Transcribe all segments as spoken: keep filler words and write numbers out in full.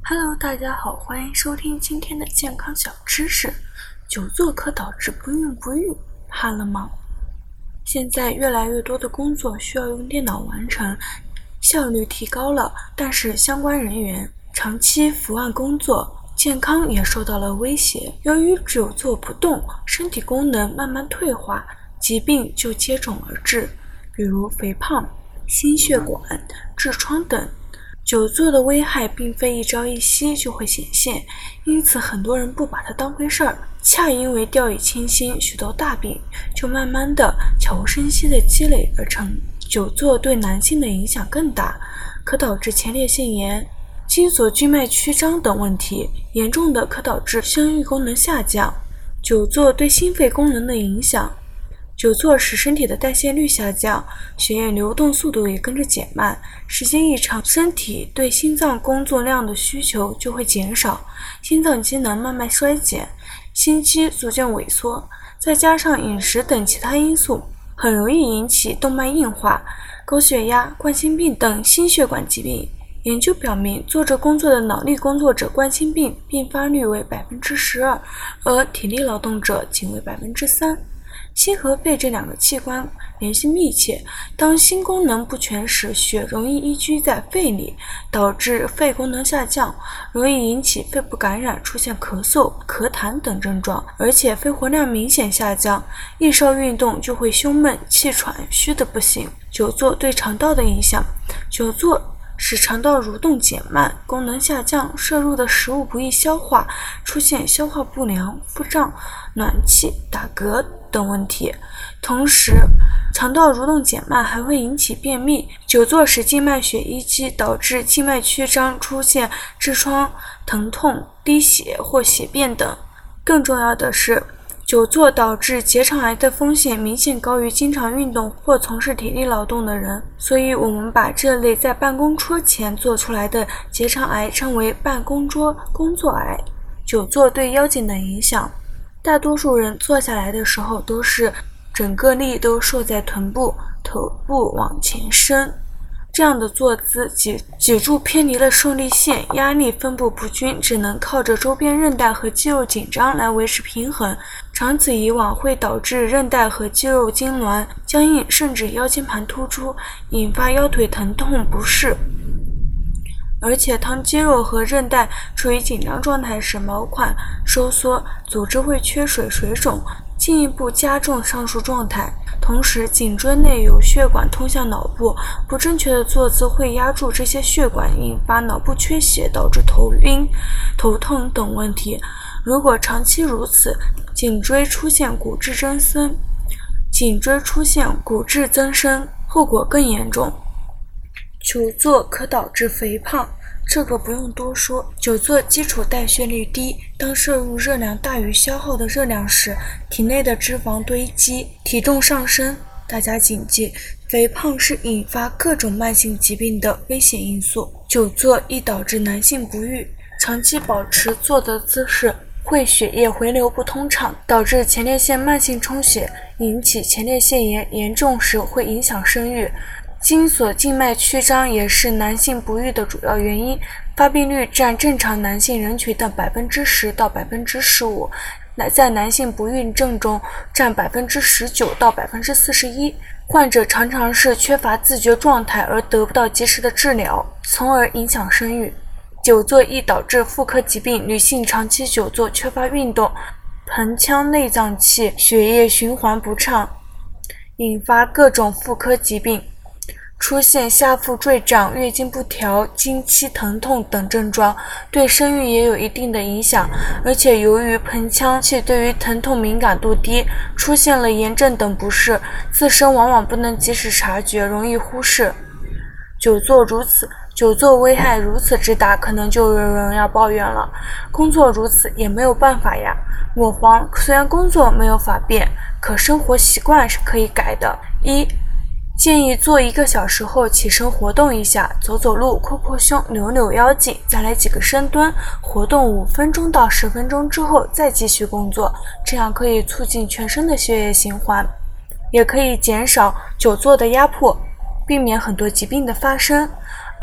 Hello， 大家好，欢迎收听今天的健康小知识。久坐可导致不孕不育，怕了吗？现在越来越多的工作需要用电脑完成，效率提高了，但是相关人员长期伏案工作，健康也受到了威胁。由于久坐不动，身体功能慢慢退化，疾病就接踵而至，比如肥胖、心血管、痔疮等。久坐的危害并非一朝一夕就会显现，因此很多人不把它当回事儿。恰因为掉以轻心，许多大病就慢慢的悄无声息的积累而成。久坐对男性的影响更大，可导致前列腺炎、精索静脉曲张等问题，严重的可导致生育功能下降。久坐对心肺功能的影响，久坐使身体的代谢率下降，血液流动速度也跟着减慢，时间一长，身体对心脏工作量的需求就会减少，心脏机能慢慢衰减，心肌逐渐萎缩，再加上饮食等其他因素，很容易引起动脉硬化、高血压、冠心病等心血管疾病。研究表明，坐着工作的脑力工作者冠心病并发率为 百分之十二， 而体力劳动者仅为 百分之三。心和肺这两个器官联系密切，当心功能不全时，血容易淤积在肺里，导致肺功能下降，容易引起肺部感染，出现咳嗽、咳痰等症状，而且肺活量明显下降，一稍运动就会胸闷、气喘、虚的不行。久坐对肠道的影响，久坐使肠道蠕动减慢，功能下降，摄入的食物不易消化，出现消化不良、腹胀、暖气、打嗝等问题。同时，肠道蠕动减慢还会引起便秘。久坐使静脉血淤积，导致静脉曲张，出现痔疮、疼痛、滴血或血便等。更重要的是，久坐导致结肠癌的风险明显高于经常运动或从事体力劳动的人，所以我们把这类在办公桌前做出来的结肠癌称为办公桌工作癌。久坐对腰颈的影响，大多数人坐下来的时候都是整个力都受在臀部，头部往前伸，这样的坐姿脊脊柱偏离了受力线，压力分布不均，只能靠着周边韧带和肌肉紧张来维持平衡，长此以往会导致韧带和肌肉痉挛、僵硬，甚至腰间盘突出，引发腰腿疼痛不适。而且当肌肉和韧带处于紧张状态时，毛孔收缩，组织会缺水水肿，进一步加重上述状态。同时，颈椎内有血管通向脑部，不正确的坐姿会压住这些血管，引发脑部缺血，导致头晕、头痛等问题。如果长期如此，颈椎出现骨质增生，颈椎出现骨质增生，后果更严重。久坐可导致肥胖，这个不用多说。久坐基础代谢率低，当摄入热量大于消耗的热量时，体内的脂肪堆积，体重上升。大家谨记，肥胖是引发各种慢性疾病的危险因素。久坐易导致男性不育，长期保持坐的姿势会血液回流不通畅，导致前列腺慢性充血，引起前列腺炎，严重时会影响生育。精索静脉曲张也是男性不育的主要原因，发病率占正常男性人群的 百分之十 到 百分之十五， 在男性不孕症中占 百分之十九 到 百分之四十一。患者常常是缺乏自觉状态而得不到及时的治疗，从而影响生育。久坐易导致妇科疾病，女性长期久坐缺乏运动，盆腔内脏器血液循环不畅，引发各种妇科疾病，出现下腹坠胀、月经不调、经期疼痛等症状，对生育也有一定的影响。而且由于盆腔器对于疼痛敏感度低，出现了炎症等不适，自身往往不能及时察觉，容易忽视。久坐如此久坐危害如此之大，可能就有人要抱怨了，工作如此也没有办法呀。莫慌，虽然工作没有法变，可生活习惯是可以改的。一建议坐一个小时后起身活动一下，走走路，扩扩胸，扭扭腰颈，再来几个深蹲，活动五分钟到十分钟之后再继续工作，这样可以促进全身的血液循环，也可以减少久坐的压迫，避免很多疾病的发生。二，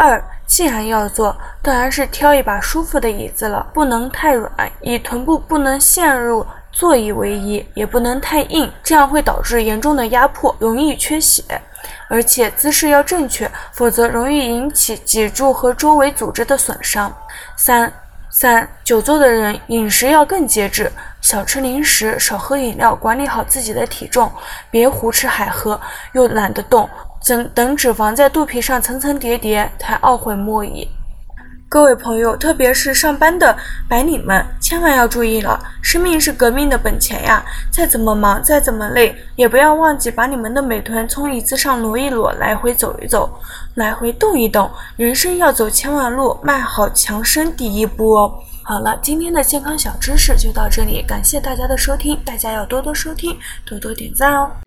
既然要坐，当然是挑一把舒服的椅子了，不能太软，以臀部不能陷入座椅为宜，也不能太硬，这样会导致严重的压迫，容易缺血。而且姿势要正确，否则容易引起脊柱和周围组织的损伤。三三久坐的人饮食要更节制，少吃零食，少喝饮料，管理好自己的体重，别胡吃海喝，又懒得动，等等脂肪在肚皮上层层叠叠，才懊悔莫已。各位朋友，特别是上班的白领们，千万要注意了，生命是革命的本钱呀！再怎么忙，再怎么累，也不要忘记把你们的美臀从椅子上挪一挪，来回走一走，来回动一动。人生要走千万路，迈好强身第一步哦。好了，今天的健康小知识就到这里，感谢大家的收听，大家要多多收听，多多点赞哦。